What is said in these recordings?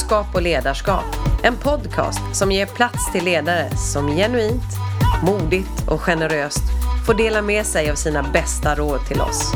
Klokskap och ledarskap. En podcast som ger plats till ledare som genuint, modigt och generöst får dela med sig av sina bästa råd till oss.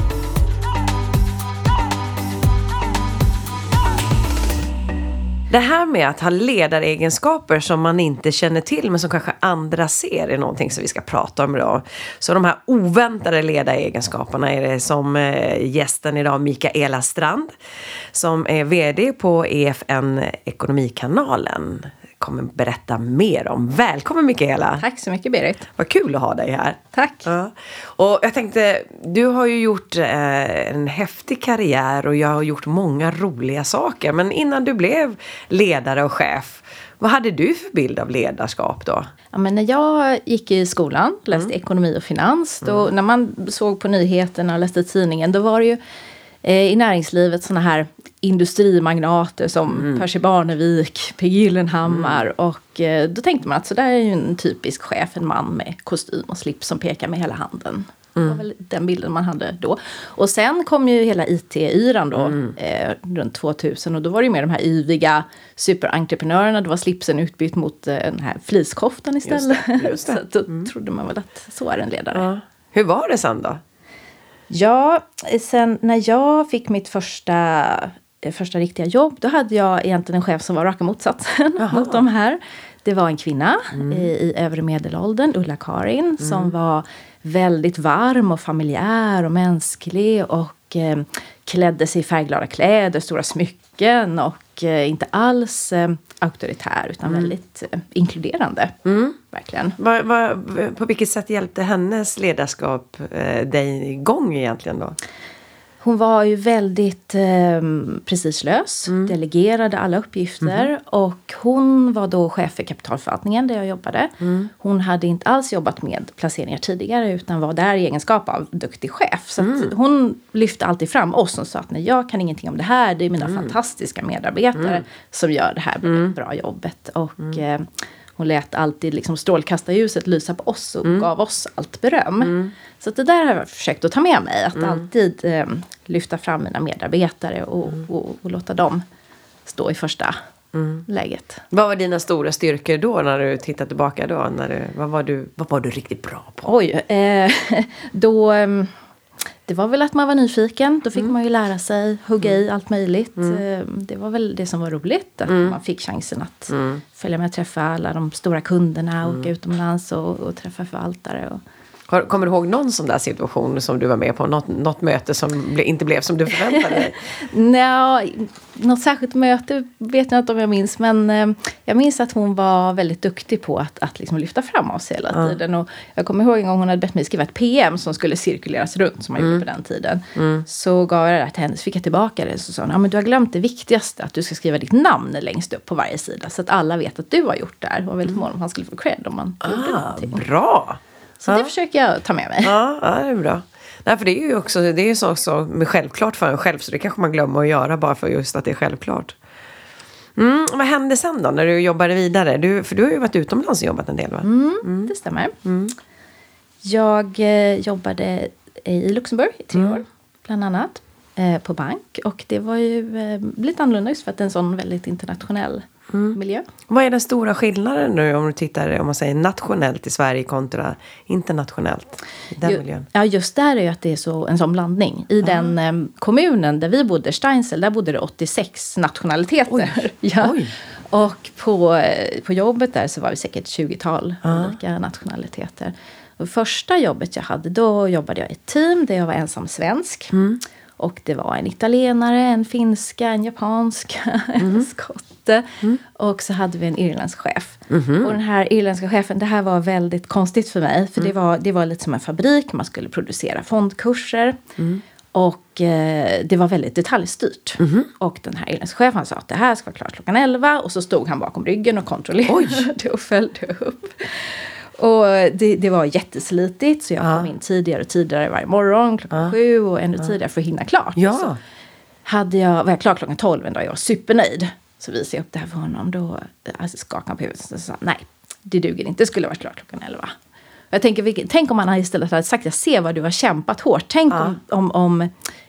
Det här med att ha ledaregenskaper som man inte känner till men som kanske andra ser är någonting som vi ska prata om idag. Så de här oväntade ledaregenskaperna är det som gästen idag, Mikaela Strand, som är vd på EFN Ekonomikanalen, kommer berätta mer om. Välkommen Mikaela! Tack så mycket Berit! Vad kul att ha dig här! Tack! Ja. Och jag tänkte, du har ju gjort en häftig karriär och jag har gjort många roliga saker. Men innan du blev ledare och chef, vad hade du för bild av ledarskap då? Ja, men när jag gick i skolan, läste ekonomi och finans, då, när man såg på nyheterna och läste tidningen, då var det ju i näringslivet såna här industrimagnater som Percy Barnevik, P. Gyllenhammar och då tänkte man att så där är ju en typisk chef, en man med kostym och slips som pekar med hela handen. Det var väl den bilden man hade då. Och sen kom ju hela IT-yran då, runt 2000. Och då var det ju mer de här yviga superentreprenörerna. Då var slipsen utbytt mot den här fleecekoftan istället. Just det. Så då trodde man väl att så är en ledare. Ja. Hur var det sen då? Ja, sen när jag fick mitt första riktiga jobb, då hade jag egentligen en chef som var raka motsatsen mot de här. Det var en kvinna i övre medelåldern, Ulla-Karin, som var väldigt varm och familjär och mänsklig och klädde sig i färgglada kläder, stora smycken och inte alls auktoritär utan väldigt inkluderande. Verkligen. På vilket sätt hjälpte hennes ledarskap dig igång egentligen då? Hon var ju väldigt precislös, delegerade alla uppgifter och hon var då chef för kapitalförvaltningen där jag jobbade. Hon hade inte alls jobbat med placeringar tidigare utan var där i egenskap av duktig chef. Så att hon lyfte alltid fram oss och sa att nej, jag kan ingenting om det här, det är mina fantastiska medarbetare som gör det här bra jobbet. Och hon lät alltid liksom strålkastarljuset lysa på oss och gav oss allt beröm. Så att det där har jag försökt att ta med mig. Att alltid lyfta fram mina medarbetare och låta dem stå i första läget. Vad var dina stora styrkor då när du tittar tillbaka då? Vad var du riktigt bra på? Det var väl att man var nyfiken. Då fick man ju lära sig, hugga i allt möjligt. Det var väl det som var roligt. Att man fick chansen att följa med och träffa alla de stora kunderna. Åka utomlands och träffa förvaltare. Kommer du ihåg någon sån där situation som du var med på? Något möte som inte blev som du förväntade dig? Nej, något särskilt möte vet jag inte om jag minns. Men jag minns att hon var väldigt duktig på att liksom lyfta fram oss hela tiden. Och jag kommer ihåg en gång hon hade bett mig skriva ett PM som skulle cirkuleras runt som man gjorde på den tiden. Så gav jag det till henne, så fick jag tillbaka det. Så sa hon, men du har glömt det viktigaste, att du ska skriva ditt namn längst upp på varje sida. Så att alla vet att du har gjort det här. Och var väldigt mån om han skulle få cred om man gjorde någonting. Bra! Så det försöker jag ta med mig. Ja, det är bra. Nej, för det är ju också, det är ju så med självklart för en själv. Så det kanske man glömmer att göra bara för just att det är självklart. Vad hände sen då när du jobbade vidare? För du har ju varit utomlands och jobbat en del va? Det stämmer. Jag jobbade i Luxemburg i 3 år. Bland annat på bank. Och det var ju lite annorlunda just för att det är en sån väldigt internationell miljö. Vad är den stora skillnaden nu om du tittar, om man säger nationellt i Sverige kontra internationellt i den miljön? Ja, just där är ju att det är en sån blandning. I den kommunen där vi bodde, Steinsel, där bodde det 86 nationaliteter. Oj. Och på jobbet där så var vi säkert 20-tal olika nationaliteter. Och första jobbet jag hade, då jobbade jag i ett team där jag var ensam svensk. Och det var en italienare, en finska, en japanska, en skotte. Och så hade vi en irländsk chef. Och den här irländska chefen, det här var väldigt konstigt för mig. För det var lite som en fabrik, man skulle producera fondkurser. Och det var väldigt detaljstyrt. Och den här irländska chefen sa att det här ska vara klart klockan 11. Och så stod han bakom ryggen och kontrollerade och följde upp. Och det var jätteslitigt så jag kom in tidigare och tidigare varje morgon klockan 7 och ännu tidigare för att hinna klart. Så var jag klar klockan 12 en dag, jag var supernöjd. Så visade jag upp det här för honom, då skakade han på huvudet och sa nej, det duger inte, det skulle ha varit klart klockan 11. Jag tänker, tänk om man istället hade sagt, jag ser vad du har kämpat hårt. Tänk om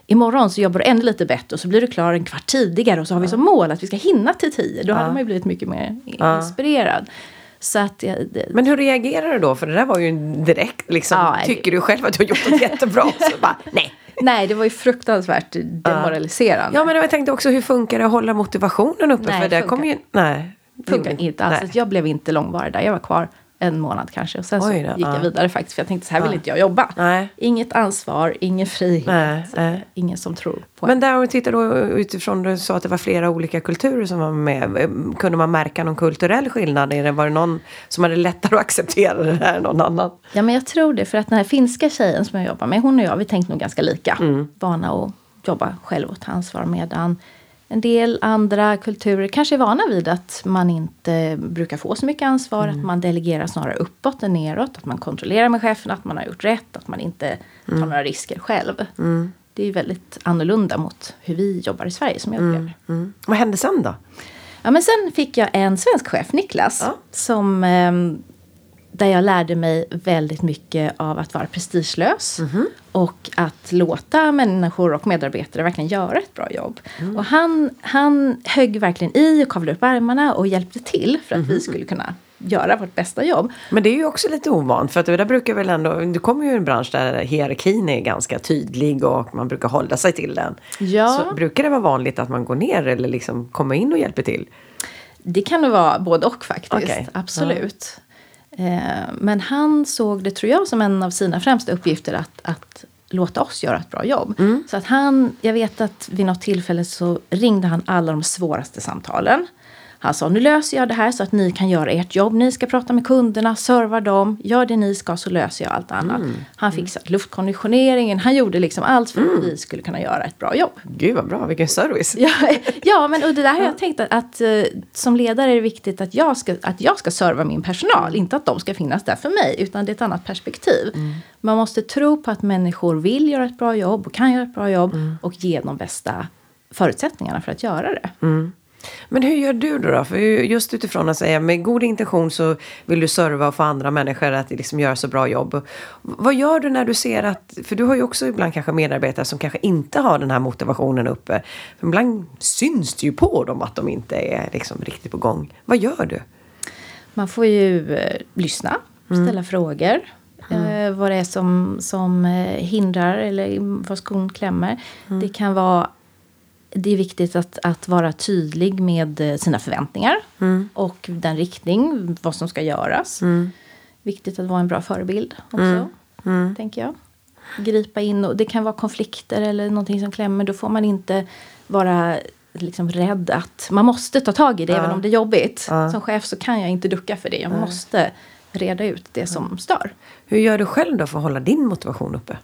imorgon så jobbar du ännu lite bättre och så blir du klar en kvart tidigare och så har vi som mål att vi ska hinna till 10. Då hade man ju blivit mycket mer inspirerad. Så att Men hur reagerar du då? För det där var ju direkt liksom, tycker du själv att du har gjort något jättebra? Så bara, nej. Nej, det var ju fruktansvärt demoraliserande. Ja, men jag tänkte också, hur funkar det att hålla motivationen uppe? Nej, för det kommer ju... Nej. Funkar inte alls. Jag blev inte långvarig där. Jag var kvar 1 månad kanske. Och sen så gick jag vidare faktiskt. För jag tänkte, så här vill inte jag jobba. Nej. Inget ansvar, ingen frihet. Nej. Ingen som tror på. Men där om vi tittar då utifrån, du sa att det var flera olika kulturer som var med. Kunde man märka någon kulturell skillnad? Var det någon som hade lättare att acceptera det här än någon annan? Ja, men jag tror det. För att den här finska tjejen som jag jobbar med, hon och jag, vi tänkte nog ganska lika. Vana att jobba själv och ta ansvar, medan en del andra kulturer kanske är vana vid att man inte brukar få så mycket ansvar. Att man delegerar snarare uppåt än neråt. Att man kontrollerar med chefen att man har gjort rätt. Att man inte tar några risker själv. Det är ju väldigt annorlunda mot hur vi jobbar i Sverige, som jag upplever. Vad hände sen då? Ja, men sen fick jag en svensk chef, Niklas. Som... där jag lärde mig väldigt mycket av att vara prestigelös. Och att låta människor och medarbetare verkligen göra ett bra jobb. Och han högg verkligen i och kavlade upp armarna och hjälpte till för att vi skulle kunna göra vårt bästa jobb. Men det är ju också lite ovant, för att det där brukar väl ändå, du kommer ju i en bransch där hierarkin är ganska tydlig och man brukar hålla sig till den. Ja. Så brukar det vara vanligt att man går ner eller liksom kommer in och hjälper till? Det kan nog vara både och faktiskt, Okay. absolut. Men han såg det, tror jag, som en av sina främsta uppgifter att låta oss göra ett bra jobb. Så att jag vet att vid något tillfälle så ringde han alla de svåraste samtalen. Han sa, nu löser jag det här så att ni kan göra ert jobb. Ni ska prata med kunderna, serva dem. Gör det ni ska, så löser jag allt annat. Han fixade luftkonditioneringen. Han gjorde liksom allt för att vi skulle kunna göra ett bra jobb. Gud vad bra, vilken service. Ja, men och det där har jag tänkt att som ledare är det viktigt att jag ska serva min personal. Inte att de ska finnas där för mig, utan det är ett annat perspektiv. Man måste tro på att människor vill göra ett bra jobb och kan göra ett bra jobb. Och ge de bästa förutsättningarna för att göra det. Men hur gör du då? För just utifrån att säga, med god intention så vill du serva och få andra människor att liksom göra så bra jobb. Vad gör du när du ser att, för du har ju också ibland kanske medarbetare som kanske inte har den här motivationen uppe. För ibland syns det ju på dem att de inte är liksom riktigt på gång. Vad gör du? Man får ju lyssna, ställa frågor. Vad det är som hindrar eller vad skon klämmer. Det är viktigt att vara tydlig med sina förväntningar. Och den riktning, vad som ska göras. Viktigt att vara en bra förebild också, tänker jag. Gripa in, och det kan vara konflikter eller någonting som klämmer. Då får man inte vara liksom rädd att man måste ta tag i det även om det är jobbigt. Som chef så kan jag inte ducka för det. Jag måste reda ut det som stör. Hur gör du själv då för att hålla din motivation uppe?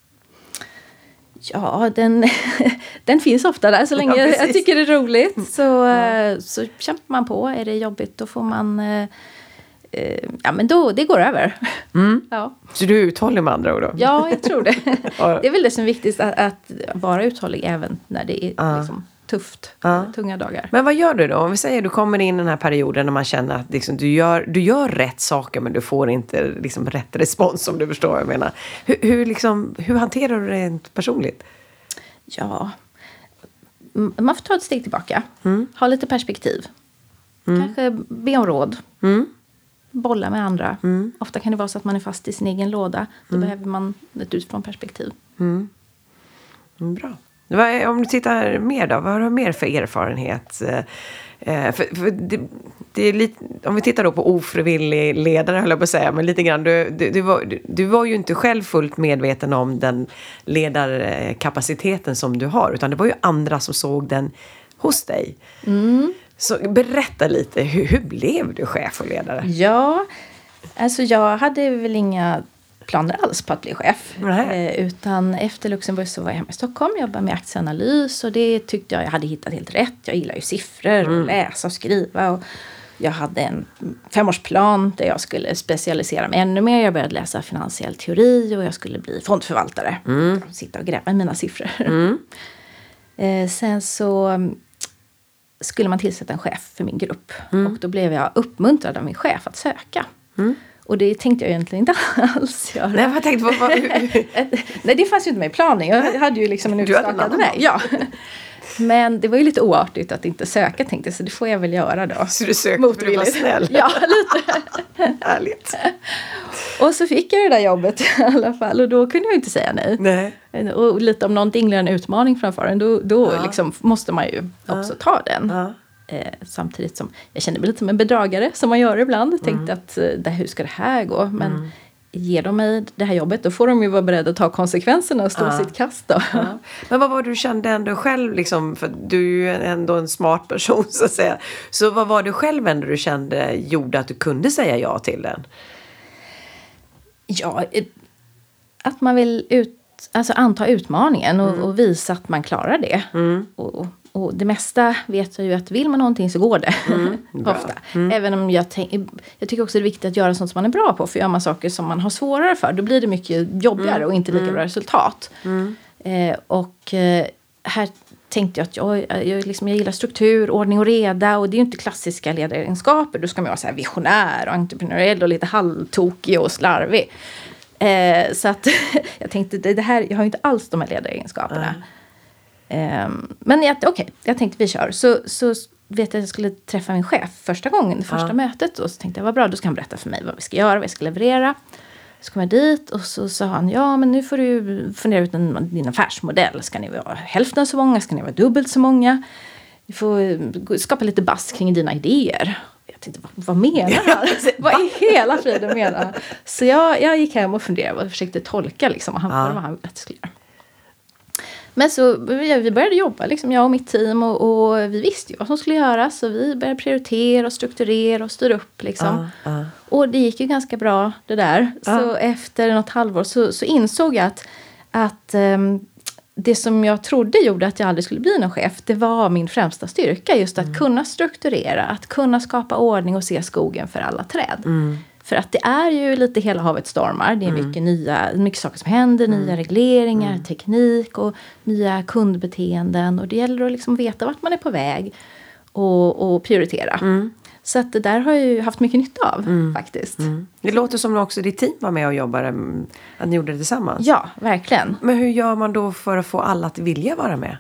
Ja, den finns ofta där så länge jag tycker det är roligt. Så kämpar man på. Är det jobbigt, då får man... men det går över. Ja. Så du är uthållig med andra ord då? Ja, jag tror det. Det är väl det som är viktigt, att vara uthållig även när det är liksom tufft, tunga dagar. Men vad gör du då? Om vi säger du kommer in i den här perioden när man känner att liksom, du gör rätt saker men du får inte liksom, rätt respons, om du förstår vad jag menar. Hur hanterar du det rent personligt? Ja, man får ta ett steg tillbaka. Ha lite perspektiv. Kanske be om råd. Bolla med andra. Ofta kan det vara så att man är fast i sin egen låda. Då behöver man ett utifrån perspektiv. Bra. Om du tittar mer då, vad har du mer för erfarenhet? För det är lite, om vi tittar då på ofrivillig ledare, höll jag på att säga, men lite grann, du var ju inte själv fullt medveten om den ledarkapaciteten som du har, utan det var ju andra som såg den hos dig. Så berätta lite, hur blev du chef och ledare? Ja, alltså jag hade väl inga planer alls på att bli chef. Utan efter Luxemburg så var jag hemma i Stockholm, jobbade med aktieanalys, och det tyckte jag hade hittat helt rätt. Jag gillar ju siffror och läsa och skriva, och jag hade en 5-årsplan där jag skulle specialisera mig ännu mer. Jag började läsa finansiell teori och jag skulle bli fondförvaltare. Sitta och gräva i mina siffror. Sen så skulle man tillsätta en chef för min grupp. Och då blev jag uppmuntrad av min chef att söka. Och det tänkte jag egentligen inte alls göra. Nej, jag tänkte Nej, det fanns ju inte med i planen. Jag hade ju liksom en utstakad väg. Ja. Men det var ju lite oartigt att inte söka, tänkte jag. Så det får jag väl göra då. Så du sökte för att vara snäll? Ja, lite. Härligt. Och så fick jag det där jobbet i alla fall. Och då kunde jag inte säga nej. Nej. Och lite om någon dinglar en utmaning framför en. Då liksom måste man ju också ta den. Samtidigt som jag kände mig lite som en bedragare. Som man gör ibland. Jag tänkte att hur ska det här gå? Men ger de mig det här jobbet, då får de ju vara beredda att ta konsekvenserna och stå sitt kast då. Men vad var det du kände ändå själv liksom, för du är ju ändå en smart person så att säga. Så vad var det själv ändå du kände gjorde att du kunde säga ja till den? Ja, att man vill anta utmaningen och visa att man klarar det. Och det mesta vet jag ju att vill man någonting så går det. Ofta. Även om jag tycker också det är viktigt att göra sånt som man är bra på. För gör man saker som man har svårare för, då blir det mycket jobbigare och inte lika bra resultat. Här tänkte jag att jag gillar struktur, ordning och reda. Och det är ju inte klassiska ledaregenskaper. Då ska man vara så här visionär och entreprenöriell och lite halvtokig och slarvig. Så att jag tänkte, det här, jag har ju inte alls de här ledaregenskaperna. Men jag tänkte vi kör. Så vet jag att jag skulle träffa min chef första gången, det första mötet. Och så tänkte jag, vad bra, då ska han berätta för mig vad vi ska göra, vad jag ska leverera. Så kom jag dit och så sa han, ja men nu får du fundera ut din affärsmodell. Ska ni vara hälften så många, ska ni vara dubbelt så många? Du får skapa lite bass kring dina idéer. Jag tänkte, vad menar han? Vad i hela friden menar han? Så jag gick hem och funderade och försökte tolka liksom, vad han ville att jag skulle göra. Men så vi började jobba, liksom, jag och mitt team. Och vi visste ju vad som skulle göras. Så vi började prioritera och strukturera och styra upp. Liksom. Och det gick ju ganska bra det där. Så efter något halvår så insåg jag att det som jag trodde gjorde att jag aldrig skulle bli någon chef. Det var min främsta styrka. Just att kunna strukturera. Att kunna skapa ordning och se skogen för alla träd. För att det är ju lite hela havet stormar. Det är mycket saker som händer. Nya regleringar, teknik och nya kundbeteenden. Och det gäller att liksom veta vart man är på väg. Och prioritera. Så att det där har jag ju haft mycket nytta av faktiskt. Det låter som att också ditt team var med och jobbade. Att ni gjorde det tillsammans. Ja, verkligen. Men hur gör man då för att få alla att vilja vara med?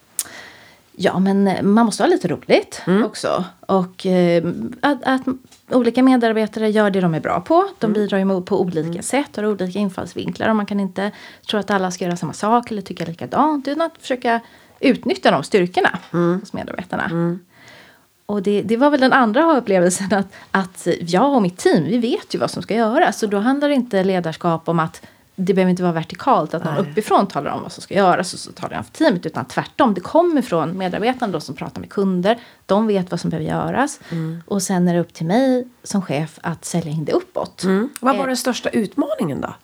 Ja, men man måste ha lite roligt också. Och att olika medarbetare gör det de är bra på. De bidrar ju på olika sätt och har olika infallsvinklar. Och man kan inte tro att alla ska göra samma sak eller tycka likadant. Utan att försöka utnyttja de styrkorna hos medarbetarna. Och det var väl den andra upplevelsen att jag och mitt team, vi vet ju vad som ska göras. Så då handlar det inte ledarskap om att det behöver inte vara vertikalt att någon uppifrån talar om vad som ska göras och så talar han för teamet, utan tvärtom. Det kommer från medarbetarna då som pratar med kunder. De vet vad som behöver göras. Och sen är det upp till mig som chef att sälja in det uppåt. Vad var den största utmaningen då?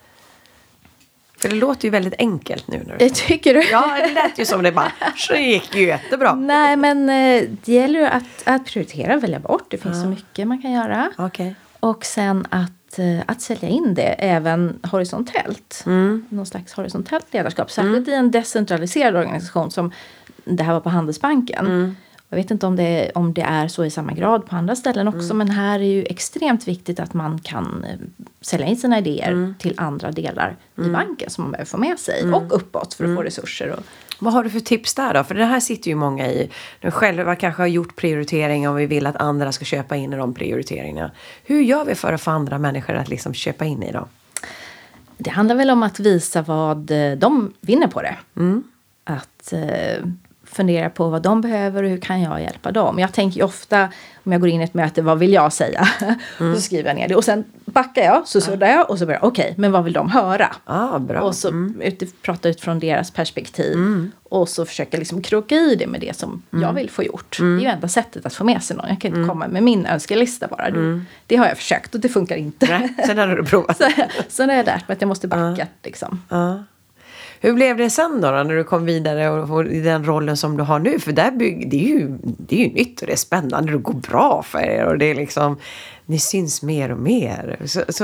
För det låter ju väldigt enkelt nu. När du tycker du? Ja, det lät ju som det bara. Så det gick ju jättebra. Nej, men det gäller ju att prioritera och välja bort. Det finns så mycket man kan göra. Okay. Och sen att sälja in det även horisontellt. Någon slags horisontellt ledarskap. Särskilt i en decentraliserad organisation som det här var på Handelsbanken. Jag vet inte om det är så i samma grad på andra ställen också. Men här är ju extremt viktigt att man kan sälja in sina idéer till andra delar i banken som man behöver få med sig. Och uppåt för att få resurser. Vad har du för tips där då? För det här sitter ju många i. De själva kanske har gjort prioriteringar och vi vill att andra ska köpa in i de prioriteringarna. Hur gör vi för att få andra människor att liksom köpa in i dem? Det handlar väl om att visa vad de vinner på det. Att fundera på vad de behöver och hur kan jag hjälpa dem. Jag tänker ju ofta, om jag går in i ett möte, vad vill jag säga? Och så skriver jag ner det. Och sen backar jag, så suddar jag och så börjar okej, men vad vill de höra? Bra. Och så prata utifrån deras perspektiv. Och så försöka liksom kroka i det med det som jag vill få gjort. Det är ju enda sättet att få med sig någon. Jag kan inte komma med min önskelista bara. Det har jag försökt och det funkar inte. Nej, sen har du provat. Så är jag lärt mig att jag måste backa liksom. Hur blev det sen då när du kom vidare och i den rollen som du har nu? För det är ju nytt och det är spännande. Det går bra för er och det är liksom, ni syns mer och mer. Så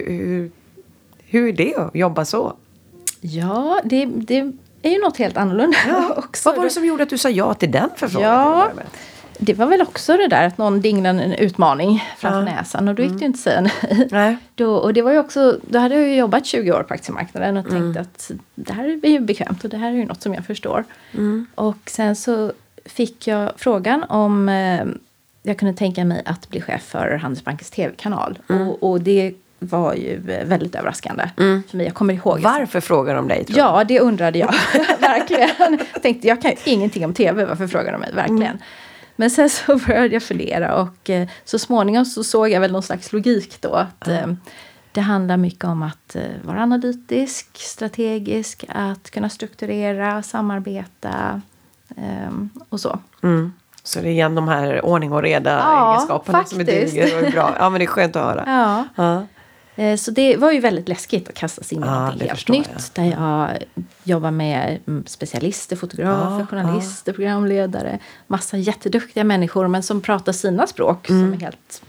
hur är det att jobba så? Ja, det är ju något helt annorlunda också. Vad var det som gjorde att du sa ja till den förfrågan? det var väl också det där att någon dinglade en utmaning framför näsan. Och då gick det ju inte att säga nej. Nej. Och det var ju också, då hade jag ju jobbat 20 år på aktiemarknaden och tänkt att det här är ju bekvämt och det här är ju något som jag förstår. Och sen så fick jag frågan om jag kunde tänka mig att bli chef för Handelsbankens tv-kanal. Och det var ju väldigt överraskande för mig. Jag kommer ihåg. Varför frågar de dig? Ja, det undrade jag verkligen. Jag tänkte, jag kan ju ingenting om tv. Varför frågar de mig? Verkligen. Men sen så började jag fundera och så småningom så såg jag väl någon slags logik då. Att det handlar mycket om att vara analytisk, strategisk, att kunna strukturera, samarbeta och så. Så det är igen de här ordning och reda egenskaperna faktiskt. som är duger och bra. Ja, men det är skönt att höra. Ja. Så det var ju väldigt läskigt att kasta sig in i något helt nytt. Där jag jobbar med specialister, fotografer, journalister, programledare. Massa jätteduktiga människor men som pratar sina språk. Som är helt,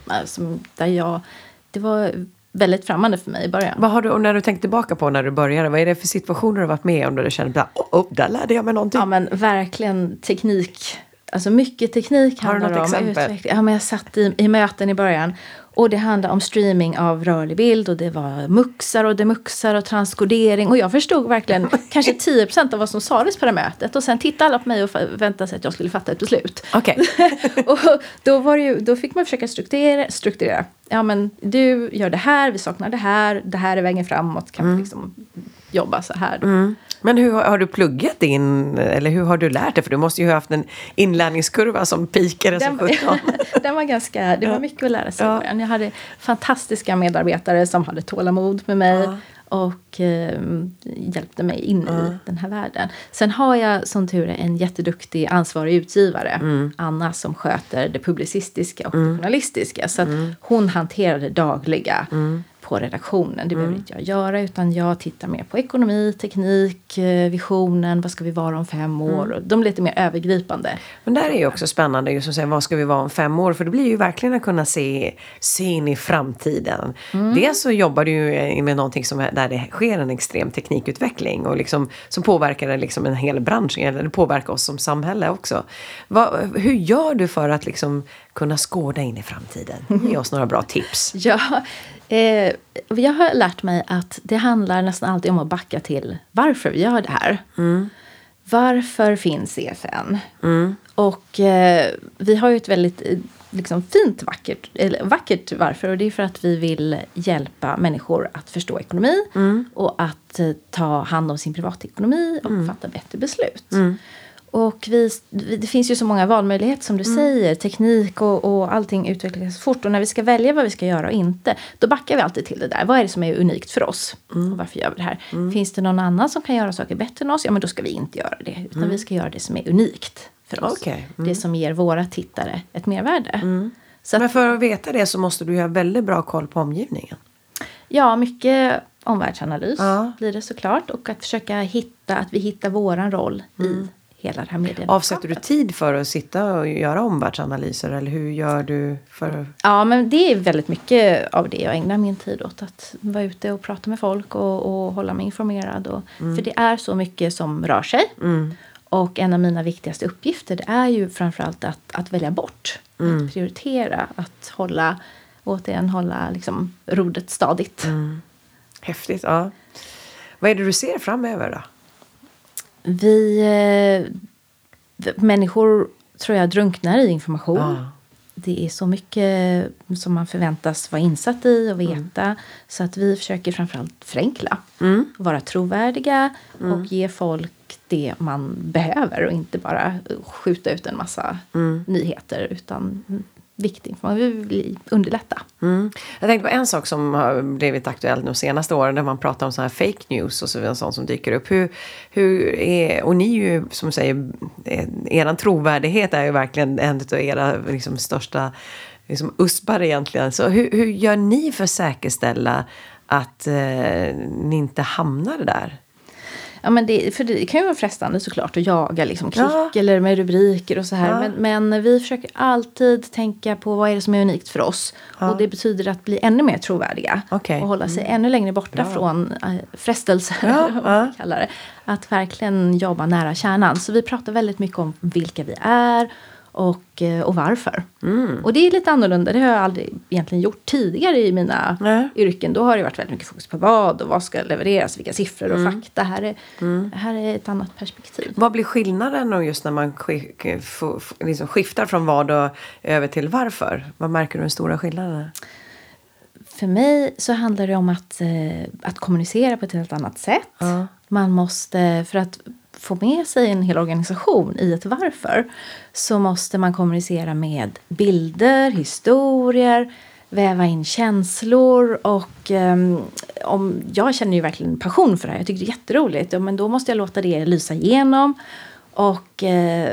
det var väldigt främmande för mig i början. Vad har du, och när du tänkte tillbaka på när du började, vad är det för situationer du har varit med om där du kände att där lärde jag mig någonting? Ja, men verkligen teknik. Alltså mycket teknik handlar om utveckling. Ja, men jag satt i möten i början. Och det handlade om streaming av rörlig bild. Och det var muxar och demuxar och transkodering. Och jag förstod verkligen kanske 10% av vad som sades på det mötet. Och sen tittade alla på mig och väntade sig att jag skulle fatta ett beslut. Okej. Och då fick man försöka strukturera. Ja, men du gör det här, vi saknar det här är vägen framåt. Kan vi liksom jobba så här då. Men hur har du pluggat in, eller hur har du lärt dig? För du måste ju ha haft en inlärningskurva som pikade som 17. Den var det var mycket att lära sig. Jag hade fantastiska medarbetare som hade tålamod med mig och hjälpte mig in i den här världen. Sen har jag som tur är en jätteduktig ansvarig utgivare, Anna, som sköter det publicistiska och det journalistiska. Så att hon hanterar det dagliga på redaktionen. Det behöver inte jag göra, utan jag tittar mer på ekonomi, teknik, visionen, vad ska vi vara om 5 år? Och de är lite mer övergripande. Men där är ju också spännande just att säga, vad ska vi vara om 5 år? För det blir ju verkligen att kunna se in i framtiden. Dels så jobbar du ju med någonting där det sker en extrem teknikutveckling och liksom, som påverkar liksom en hel bransch, eller påverkar oss som samhälle också. Hur gör du för att liksom kunna skåda in i framtiden? Ge oss några bra tips. Ja, jag har lärt mig att det handlar nästan alltid om att backa till varför vi gör det här. Varför finns CFN? Och vi har ju ett väldigt liksom fint, vackert varför. Och det är för att vi vill hjälpa människor att förstå ekonomi. Och att ta hand om sin privatekonomi och fatta bättre beslut. Och det finns ju så många valmöjligheter som du säger. Teknik och allting utvecklas fort. Och när vi ska välja vad vi ska göra och inte, då backar vi alltid till det där. Vad är det som är unikt för oss? Och varför gör vi det här? Finns det någon annan som kan göra saker bättre än oss? Ja, men då ska vi inte göra det. Utan vi ska göra det som är unikt för oss. Det som ger våra tittare ett mervärde. Så men för att veta det så måste du ha väldigt bra koll på omgivningen. Ja, mycket omvärldsanalys blir det såklart. Och att försöka att vi hittar våran roll i hela det här medielandskapet. Avsätter du tid för att sitta och göra omvärldsanalyser, eller hur gör du för? Ja, men det är väldigt mycket av det jag ägnar min tid åt, att vara ute och prata med folk och hålla mig informerad. För det är så mycket som rör sig. Och en av mina viktigaste uppgifter, det är ju framförallt att välja bort. Att prioritera, att hålla liksom rodret stadigt. Häftigt, ja. Vad är det du ser framöver då? Människor tror jag drunknar i information. Det är så mycket som man förväntas vara insatt i och veta. Så att vi försöker framförallt förenkla. Vara trovärdiga och ge folk det man behöver. Och inte bara skjuta ut en massa nyheter, utan viktig information. Vi vill underlätta. Jag tänkte på en sak som har blivit aktuell de senaste åren, där man pratar om sån här fake news och sånt som dyker upp. Och ni är ju, som säger, eran trovärdighet är ju verkligen en av era liksom största liksom uspar egentligen. Så hur gör ni för att säkerställa att ni inte hamnar där? Ja, men det kan ju vara frestande såklart att jaga liksom klick eller med rubriker och så här. Men vi försöker alltid tänka på vad är det som är unikt för oss. Och det betyder att bli ännu mer trovärdiga. Och hålla sig ännu längre borta från frestelser, vad vi kallar det. Att verkligen jobba nära kärnan. Så vi pratar väldigt mycket om vilka vi är. och varför. Och det är lite annorlunda. Det har jag aldrig egentligen gjort tidigare i mina yrken. Då har det varit väldigt mycket fokus på vad och vad ska levereras, vilka siffror och fakta. Här är ett annat perspektiv. Vad blir skillnaden då just när man liksom skiftar från vad och över till varför? Vad märker du den stora skillnaden? För mig så handlar det om att kommunicera på ett helt annat sätt. Man måste, för att få med sig en hel organisation i ett varför, så måste man kommunicera med bilder, historier, väva in känslor och jag känner ju verkligen passion för det här. Jag tycker det är jätteroligt. Men då måste jag låta det lysa igenom och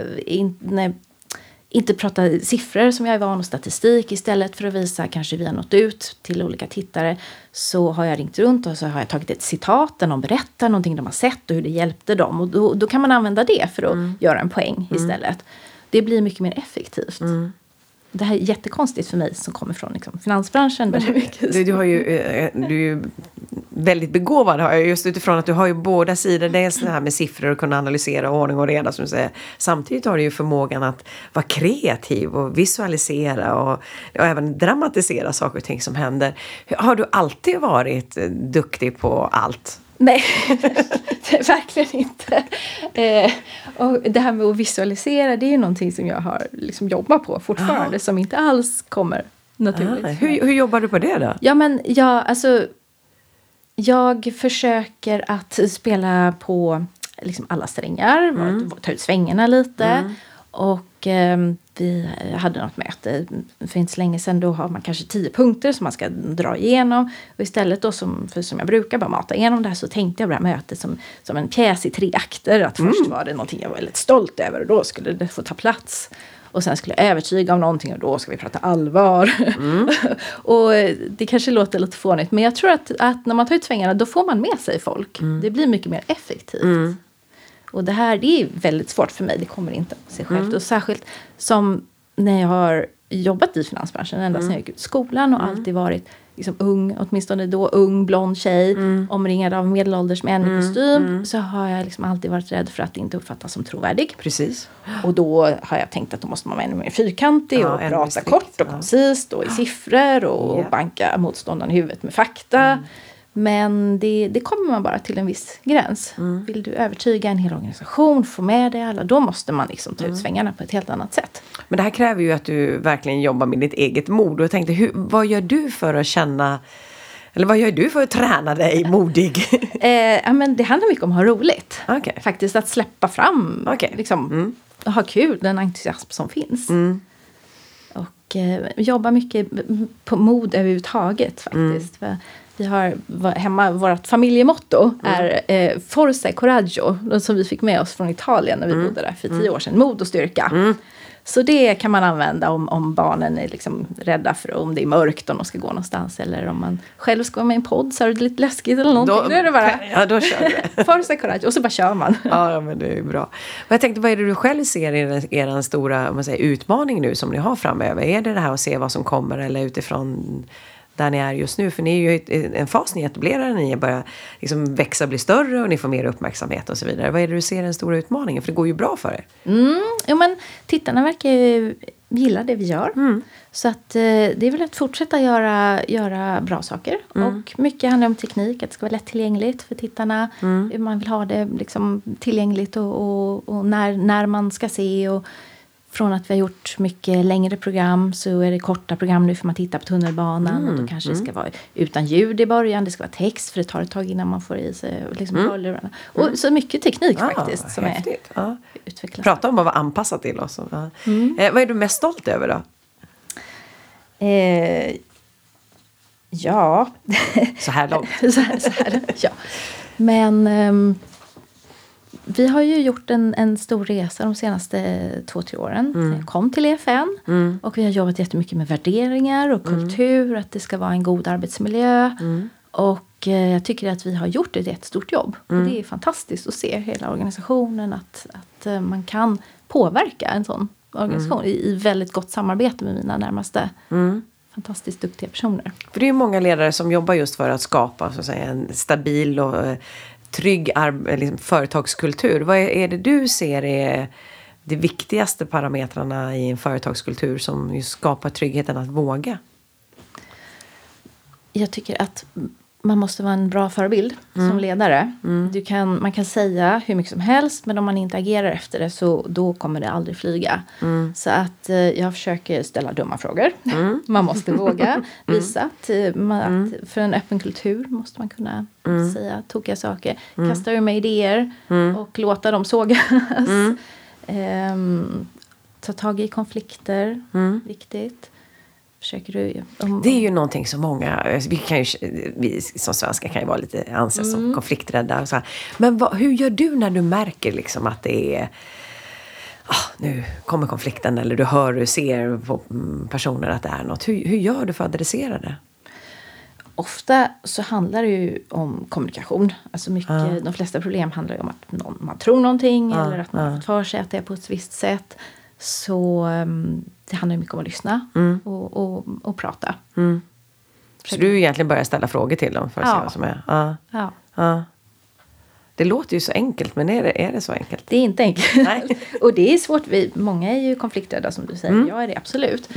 inte prata siffror som jag är van och statistik. Istället för att visa kanske vi har nått ut till olika tittare, så har jag ringt runt och så har jag tagit ett citat där någon berättar någonting de har sett och hur det hjälpte dem. Och då kan man använda det för att göra en poäng istället. Det blir mycket mer effektivt. Det här är jättekonstigt för mig som kommer från liksom, finansbranschen. Du är ju väldigt begåvad, just utifrån att du har ju båda sidor. Dels det här med siffror och kunna analysera ordning och reda som du säger. Samtidigt har du ju förmågan att vara kreativ och visualisera och även dramatisera saker och ting som händer. Har du alltid varit duktig på allt? Nej, verkligen inte. Och det här med att visualisera, det är ju någonting som jag har liksom jobbat på fortfarande, som inte alls kommer naturligt. Hur jobbar du på det då? Ja, men jag försöker att spela på liksom alla strängar, ta ut svängarna lite. Och vi hade något möte för inte så länge sedan. Då har man kanske 10 punkter som man ska dra igenom. Och istället då som jag brukar bara mata igenom det här, så tänkte jag på det här mötet som en pjäs i 3 akter. Att först var det någonting jag var väldigt stolt över och då skulle det få ta plats. Och sen skulle jag övertyga om någonting och då ska vi prata allvar. Och det kanske låter lite fånigt, men jag tror att när man tar ut svängarna då får man med sig folk. Det blir mycket mer effektivt. Och det är väldigt svårt för mig. Det kommer inte av sig självt. Och särskilt som när jag har jobbat i finansbranschen ända sedan jag gick ut skolan och alltid varit liksom ung, åtminstone då ung, blond tjej, omringad av medelålders män i kostym, så har jag liksom alltid varit rädd för att inte uppfattas som trovärdig. Precis. Och då har jag tänkt att då måste man vara ännu mer fyrkantig och prata kort och koncist och i siffror och banka motståndaren i huvudet med fakta. Men det kommer man bara till en viss gräns. Vill du övertyga en hel organisation, få med dig alla, då måste man liksom ta ut svängarna på ett helt annat sätt. Men det här kräver ju att du verkligen jobbar med ditt eget mod. Och jag tänkte, vad gör du för att känna, eller vad gör du för att träna dig modig? Men det handlar mycket om att ha roligt. Okay. Faktiskt att släppa fram, liksom, och ha kul, den entusiasm som finns. Och jobba mycket på mod överhuvudtaget faktiskt. Vi har hemma, vårt familjemotto är Forza e Coraggio, som vi fick med oss från Italien när vi bodde där för 10 år sedan. Mod och styrka. Så det kan man använda om barnen är liksom rädda för om det är mörkt, om de ska gå någonstans. Eller om man själv ska vara med i en podd så är det lite läskigt eller någonting. Då är det bara, då kör du. Forza e Coraggio, och så bara kör man. Ja, men det är bra. Men jag tänkte, vad är det du själv ser i er stora, om man säger, utmaning nu som ni har framöver? Är det här att se vad som kommer eller utifrån där ni är just nu? För ni är ju en fas ni etablerar, ni börjar liksom växa, bli större och ni får mer uppmärksamhet och så vidare. Vad är det du ser den stora utmaningen? För det går ju bra för er. Jo, men tittarna verkar ju gilla det vi gör. Så att det är väl att fortsätta göra bra saker. Och mycket handlar om teknik, att det ska vara lättillgängligt för tittarna. Man vill ha det liksom tillgängligt och när man ska se. Och från att vi har gjort mycket längre program så är det korta program nu för man tittar på tunnelbanan. Och då kanske det ska vara utan ljud i början. Det ska vara text för det tar ett tag innan man får i sig liksom hörlurarna. Och så mycket teknik faktiskt som häftigt. är utvecklad. Prata om att vara anpassad till oss. Vad är du mest stolt över då? Ja. Så här långt. så här, ja. Men vi har ju gjort en stor resa de senaste 2-3 åren. Jag kom till EFN och vi har jobbat jättemycket med värderingar och kultur. Att det ska vara en god arbetsmiljö. Och jag tycker att vi har gjort ett jättestort jobb. Och det är fantastiskt att se hela organisationen. Att man kan påverka en sån organisation i väldigt gott samarbete med mina närmaste fantastiskt duktiga personer. För det är ju många ledare som jobbar just för att skapa så att säga, en stabil och trygg liksom, företagskultur. Vad är det du ser är de viktigaste parametrarna i en företagskultur som just skapar tryggheten att våga? Jag tycker att man måste vara en bra förebild som ledare. Man kan säga hur mycket som helst, men om man inte agerar efter det så då kommer det aldrig flyga. Så att jag försöker ställa dumma frågor. Man måste våga visa att för en öppen kultur måste man kunna säga tokiga saker. Kasta ur med idéer och låta dem sågas. Ta tag i konflikter, viktigt. Det är ju någonting som många, vi som svenskar kan ju vara lite anses som konflikträdda och så här. Men hur gör du när du märker liksom att det är nu kommer konflikten, eller du hör och ser på personer att det är något. Hur gör du för att adressera det? Ofta så handlar det ju om kommunikation. Alltså de flesta problem handlar ju om att man tror någonting eller att man har fått för sig att det är på ett visst sätt. Så det handlar mycket om att lyssna och prata. Så du egentligen börjar ställa frågor till dem för att se vad som är? Ja. Det låter ju så enkelt, men är det så enkelt? Det är inte enkelt. Nej. Och det är svårt. Många är ju konflikträdda som du säger. Jag är det absolut.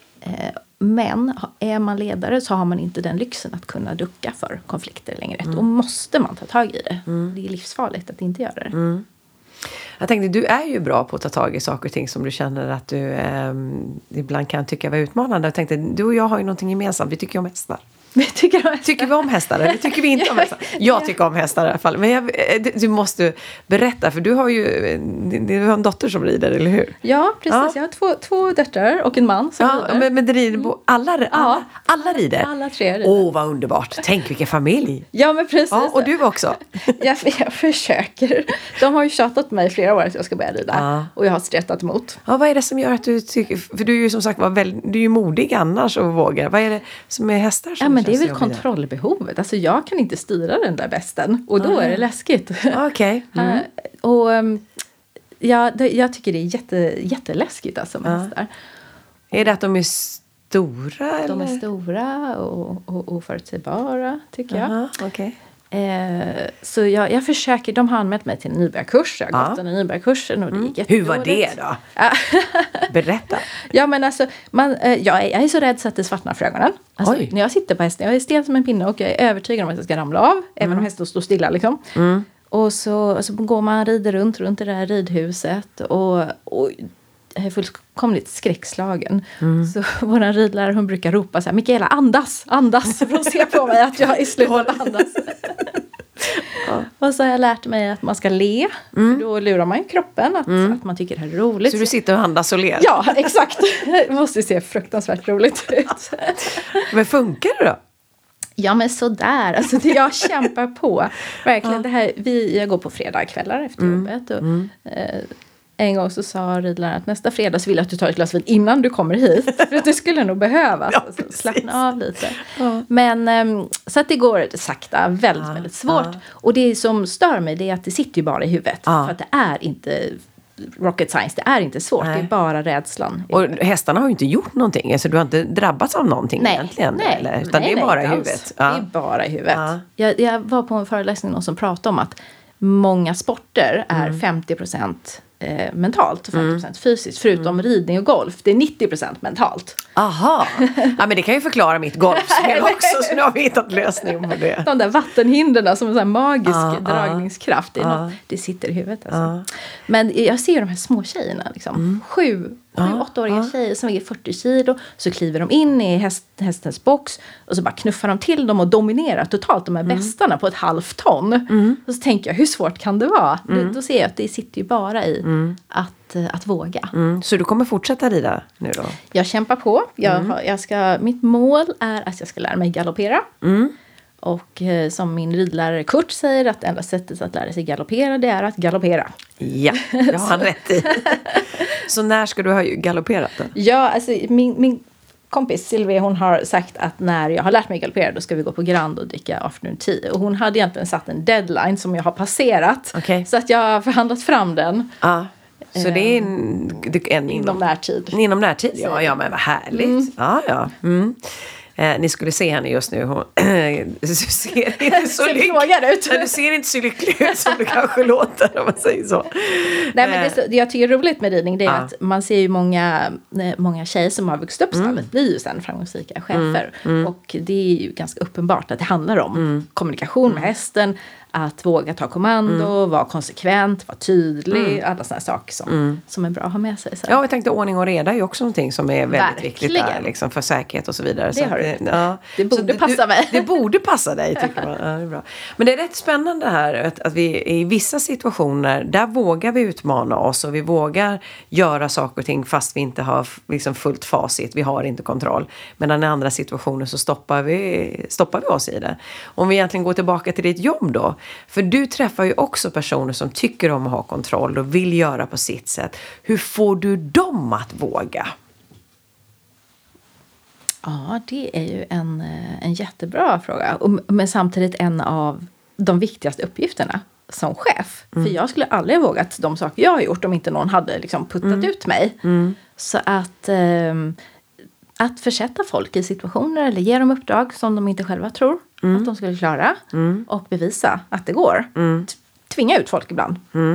Men är man ledare så har man inte den lyxen att kunna ducka för konflikter längre. Då måste man ta tag i det. Det är livsfarligt att inte göra det. Jag tänkte, du är ju bra på att ta tag i saker och ting som du känner att du ibland kan tycka var utmanande. Jag tänkte, du och jag har ju någonting gemensamt. Vi tycker om hästar. Tycker vi om hästar eller tycker vi inte om hästar? Jag tycker om hästar i alla fall. Men du måste berätta, för du har en dotter som rider, eller hur? Ja, precis. Jag har två döttrar och en man som rider. Men det rider alla rider? Alla 3 rider. Vad underbart. Tänk vilken familj. Ja, men precis. Ja, och du också. Jag försöker. De har ju tjatat mig i flera år att jag ska börja rida. Och jag har stretat emot. Ja, vad är det som gör att du tycker... För du är ju som sagt du är ju modig annars och vågar. Vad är det som är hästar som men det är väl kontrollbehovet. Alltså jag kan inte styra den där besten. Och då är det läskigt. Okej. Och jag tycker det är jätteläskigt alltså med hästar. Är det att de är stora? De är stora och oförutsägbara, tycker jag. Okej. Så jag försöker, de har anmält mig till en nybörjarkurs. Jag har gått den nybörjarkursen och det gick jättedåligt. Hur var det då? Berätta. Ja, men alltså, jag är så rädd så att det svartnar för ögonen. Alltså, när jag sitter på hästen, jag är stel som en pinne och jag är övertygad om att jag ska ramla av. Även om hästen står stilla liksom. Och så går man rider runt i det här ridhuset och jag är fullkomligt skräckslagen. Så våran ridlärare, hon brukar ropa så här: Mikaela, andas! För att se på mig att jag är slut att andas. Och så har jag lärt mig att man ska le. För då lurar man ju kroppen att man tycker det här är roligt. Så du sitter och andas och ler? Ja, exakt. Det måste se fruktansvärt roligt ut. Men funkar det då? Ja, men sådär. Alltså, jag kämpar på. Verkligen det här. Jag går på fredagskvällar efter jobbet. Och, en gång så sa ridläraren att nästa fredag så vill jag att du tar ett glas vin innan du kommer hit. För att det skulle nog behövas. Ja, alltså, slappna av lite. Men så att det går sakta. Väldigt svårt. Och det som stör mig, det är att det sitter ju bara i huvudet. För att det är inte rocket science. Det är inte svårt. Nej. Det är bara rädslan. Och hästarna har ju inte gjort någonting. Alltså du har inte drabbats av någonting egentligen. Nej, utan det är bara i huvudet. Det är bara i huvudet. Jag var på en föreläsning någon som pratade om att många sporter är 50% mentalt och 50% fysiskt. Förutom ridning och golf. Det är 90% mentalt. Aha. Ja, men det kan ju förklara mitt golfspel också. Så nu har vi hittat lösning på det. De där vattenhindren som en sån här magisk dragningskraft. Det sitter i huvudet. Alltså. Men jag ser de här små tjejerna. Liksom. 7-8-åriga tjejer som väger 40 kilo. Så kliver de in i hästens box. Och så bara knuffar de till dem och dominerar totalt de här bästarna på ett halvt ton. Och så tänker jag, hur svårt kan det vara? Då ser jag att det sitter ju bara i att våga. Så du kommer fortsätta rida nu då? Jag kämpar på. Mitt mål är att jag ska lära mig galoppera. Och som min ridlärare Kurt säger, att enda sättet att lära sig galoppera, det är att galoppera. Ja, det har han rätt i. Så när ska du ha galopperat då? Ja, alltså min kompis Silvia, hon har sagt att när jag har lärt mig galoppera, då ska vi gå på Grand och dricka afternoon tea. Och hon hade egentligen satt en deadline som jag har passerat. Okay. Så att jag har förhandlat fram den. Så det är inom närtid. Inom närtid, ja men vad härligt. Ja. Ni skulle se henne just nu. Hon ser inte så lycklig ut. Du ser inte så lycklig ut som du kanske låter, om man säger så. Nej, men det jag tycker är roligt med ridning, det är att man ser ju många tjejer som har vuxit upp stallet blir ju sen framgångsrika chefer. Och det är ju ganska uppenbart att det handlar om kommunikation med hästen, att våga ta kommando, vara konsekvent, vara tydlig, alla sådana saker som är bra att ha med sig. Så. Ja, jag tänkte ordning och reda är ju också någonting som är väldigt viktigt där, liksom, för säkerhet och så vidare. Det så har att, det borde passa mig. Det borde passa dig, tycker man. Ja, det är bra. Men det är rätt spännande här att vi i vissa situationer, där vågar vi utmana oss och vi vågar göra saker och ting fast vi inte har liksom fullt facit, vi har inte kontroll. Medan i andra situationer så stoppar vi oss i det. Om vi egentligen går tillbaka till ditt jobb då, för du träffar ju också personer som tycker om att ha kontroll och vill göra på sitt sätt. Hur får du dem att våga? Ja, det är ju en jättebra fråga. Men samtidigt en av de viktigaste uppgifterna som chef. För jag skulle aldrig ha vågat de saker jag har gjort om inte någon hade liksom puttat ut mig. Så att försätta folk i situationer eller ge dem uppdrag som de inte själva tror att de skulle klara. Och bevisa att det går. Tvinga ut folk ibland.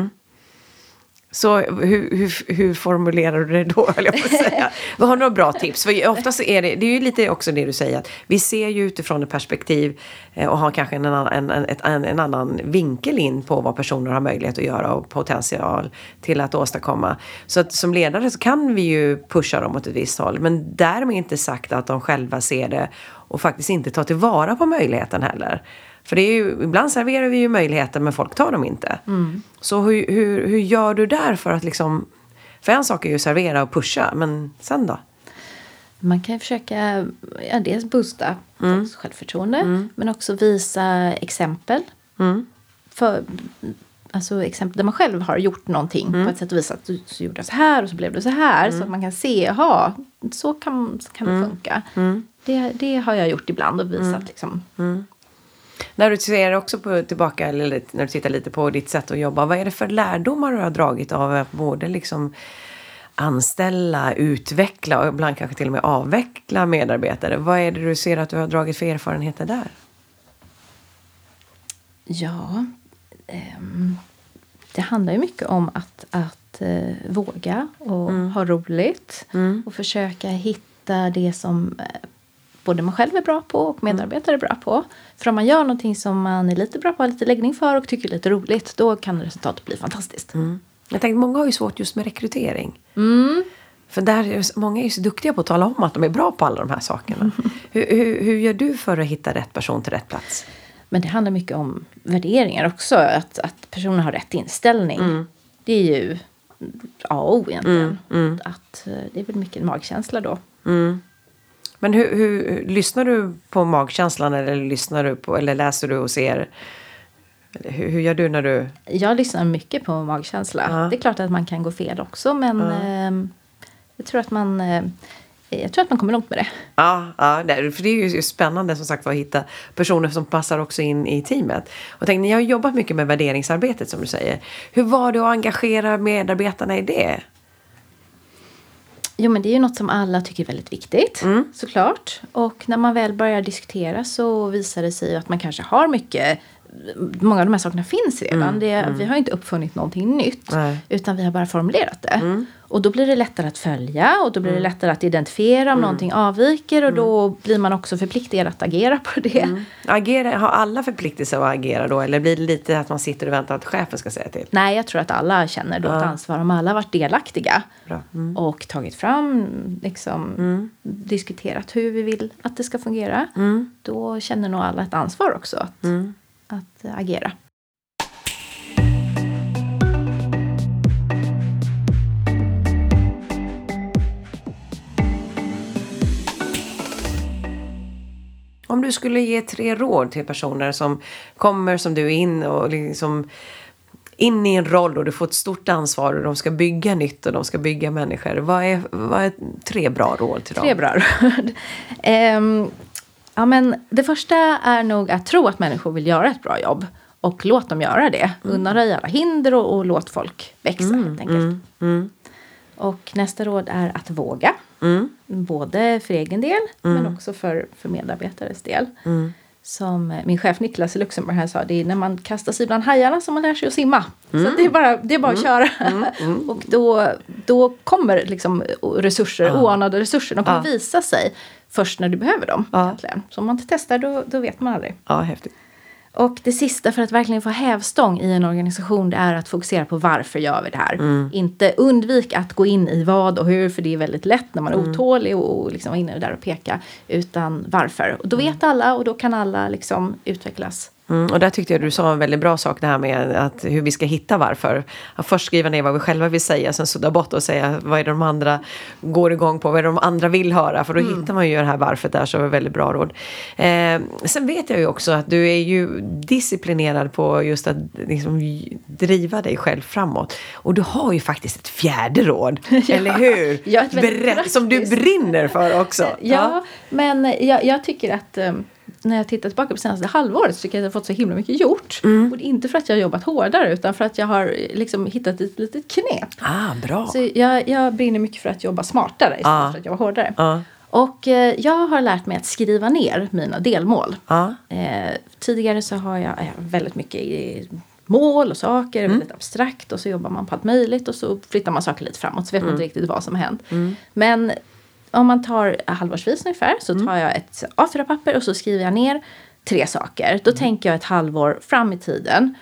Så hur formulerar du det då, höll jag på att säga? Vad har du några bra tips? För oftast är det är ju lite också det du säger, att vi ser ju utifrån ett perspektiv och har kanske en annan vinkel in på vad personer har möjlighet att göra och potential till att åstadkomma. Så att som ledare så kan vi ju pusha dem åt ett visst håll, men därmed inte sagt att de själva ser det och faktiskt inte tar tillvara på möjligheten heller. För det är ju, ibland serverar vi ju möjligheter men folk tar dem inte. Så hur gör du där för att liksom... För en sak är ju att servera och pusha, men sen då? Man kan ju försöka dels boosta folks självförtroende, men också visa exempel. Alltså exempel där man själv har gjort någonting på ett sätt och visa att du gjorde så här och så blev det så här. Så att man kan se, så kan det funka. Det har jag gjort ibland och visat liksom... När du ser också tillbaka, eller när du tittar lite på ditt sätt att jobba, vad är det för lärdomar du har dragit av att både liksom anställa, utveckla och ibland kanske till och med avveckla medarbetare? Vad är det du ser att du har dragit för erfarenheter där? Ja, det handlar ju mycket om att våga och ha roligt och försöka hitta det som både man själv är bra på och medarbetare är bra på. För om man gör någonting som man är lite bra på, har lite läggning för och tycker är lite roligt, då kan resultatet bli fantastiskt. Jag tänkte, många har ju svårt just med rekrytering. För många är ju så duktiga på att tala om att de är bra på alla de här sakerna. Hur gör du för att hitta rätt person till rätt plats? Men det handlar mycket om värderingar också. Att personen har rätt inställning. Det är ju A och O egentligen. Att det är väl mycket magkänsla då. Men hur lyssnar du på magkänslan eller läser du och ser? Hur gör du när du... Jag lyssnar mycket på magkänsla. Det är klart att man kan gå fel också, men jag tror att man kommer långt med det. Ja, för det är ju spännande som sagt att hitta personer som passar också in i teamet. Och tänk, ni har jobbat mycket med värderingsarbetet som du säger. Hur var det att engagera medarbetarna i det? Jo, men det är ju något som alla tycker är väldigt viktigt, såklart. Och när man väl börjar diskutera så visar det sig att man kanske har många av de här sakerna finns redan. Vi har inte uppfunnit någonting nytt. Utan vi har bara formulerat det. Och då blir det lättare att följa. Och då blir det lättare att identifiera om någonting avviker. Och då blir man också förpliktigad att agera på det. Har alla förpliktelser att agera då? Eller blir det lite att man sitter och väntar att chefen ska säga till? Nej, jag tror att alla känner då ett ansvar. Om alla har varit delaktiga. Och tagit fram, diskuterat hur vi vill att det ska fungera. Då känner nog alla ett ansvar också att agera. Om du skulle ge 3 råd till personer som kommer som du in och liksom in i en roll och du får ett stort ansvar och de ska bygga nytt och de ska bygga människor. Vad är 3 bra råd till dem? 3 bra råd. Ja, men det första är nog att tro att människor vill göra ett bra jobb. Och låt dem göra det. Undanröj alla hinder och låt folk växa helt enkelt. Och nästa råd är att våga. Både för egen del men också för medarbetares del. Som min chef Niklas i Luxemburg här sa, det är när man kastar sig bland hajarna som man lär sig att simma. Så det är bara att köra. Och då kommer liksom resurser, oanade resurser. De kommer visa sig först när du behöver dem. Egentligen. Så om man inte testar, då vet man aldrig. Ja, häftigt. Och det sista för att verkligen få hävstång i en organisation, det är att fokusera på varför gör vi det här. Inte undvik att gå in i vad och hur, för det är väldigt lätt när man är otålig och liksom vara inne där och peka. Utan varför. Och då vet alla och då kan alla liksom utvecklas. Och där tyckte jag du sa en väldigt bra sak, det här med att hur vi ska hitta varför. Att först skriva ner vad vi själva vill säga, sen sudda bort och säga vad är det de andra går igång på, vad är det de andra vill höra, för då hittar man ju det här varför där, så är det väldigt bra råd. Sen vet jag ju också att du är ju disciplinerad på just att liksom driva dig själv framåt. Och du har ju faktiskt ett fjärde råd, eller hur? Ja, som du brinner för också. Ja, men jag tycker att när jag tittar tillbaka på senaste halvåret så tycker jag att jag har fått så himla mycket gjort. Och det är inte för att jag har jobbat hårdare utan för att jag har liksom hittat ett litet knep. Bra. Så jag brinner mycket för att jobba smartare istället för att jobba hårdare. Och jag har lärt mig att skriva ner mina delmål. Tidigare så har jag väldigt mycket i mål och saker, väldigt abstrakt, och så jobbar man på allt möjligt och så flyttar man saker lite framåt så vet man inte riktigt vad som har hänt. Men om man tar halvårsvis ungefär så tar jag ett A4-papper och så skriver jag ner 3 saker. Då tänker jag ett halvår fram i tiden.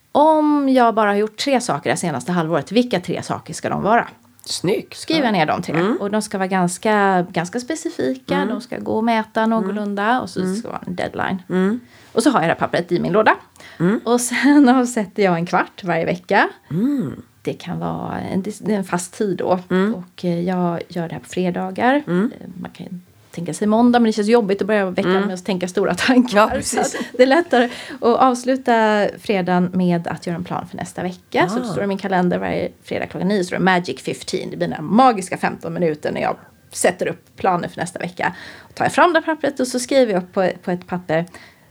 Om jag bara har gjort 3 saker det senaste halvåret, vilka 3 saker ska de vara? Snyggt. Skriver jag ner de 3. Och de ska vara ganska specifika. De ska gå och mäta någorlunda. Och så ska det vara en deadline. Och så har jag det här pappret i min låda. Och sen avsätter jag en kvart varje vecka. Det kan vara en fast tid då. Och jag gör det här på fredagar. Man kan tänka sig måndag, men det känns jobbigt att börja veckan med att tänka stora tankar. Ja, precis. Det är lättare att avsluta fredagen med att göra en plan för nästa vecka. Så det står i min kalender varje fredag klockan 9 så står det Magic 15. Det blir den magiska 15 minuter när jag sätter upp planer för nästa vecka. Och tar jag fram det pappret och så skriver jag upp på ett papper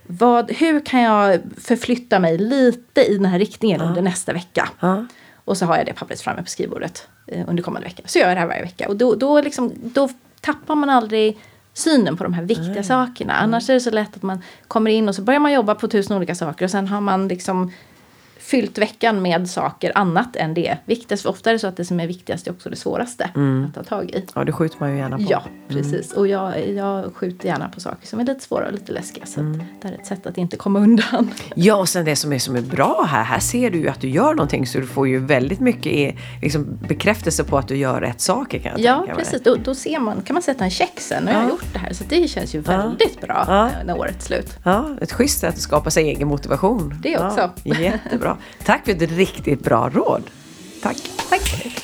hur kan jag förflytta mig lite i den här riktningen under nästa vecka. Och så har jag det pappret framme på skrivbordet under kommande vecka. Så gör jag det här varje vecka. Och då tappar man aldrig synen på de här viktiga sakerna. Annars är det så lätt att man kommer in och så börjar man jobba på 1000 olika saker. Och sen har man liksom fyllt veckan med saker annat än det viktigaste. För ofta är det så att det som är viktigast är också det svåraste att ta tag i. Ja, det skjuter man ju gärna på. Ja, precis. Och jag skjuter gärna på saker som är lite svåra och lite läskiga. Så det är ett sätt att inte komma undan. Ja, och sen det som är bra här ser du ju att du gör någonting, så du får ju väldigt mycket liksom bekräftelse på att du gör rätt saker, kan jag tänka mig. Precis. Då ser man, kan man sätta en check sen när jag har gjort det här. Så det känns ju väldigt bra när året är slut. Ja, ett schysst sätt att skapa sig egen motivation. Det också. Jättebra. Tack för ett riktigt bra råd. Tack. Tack.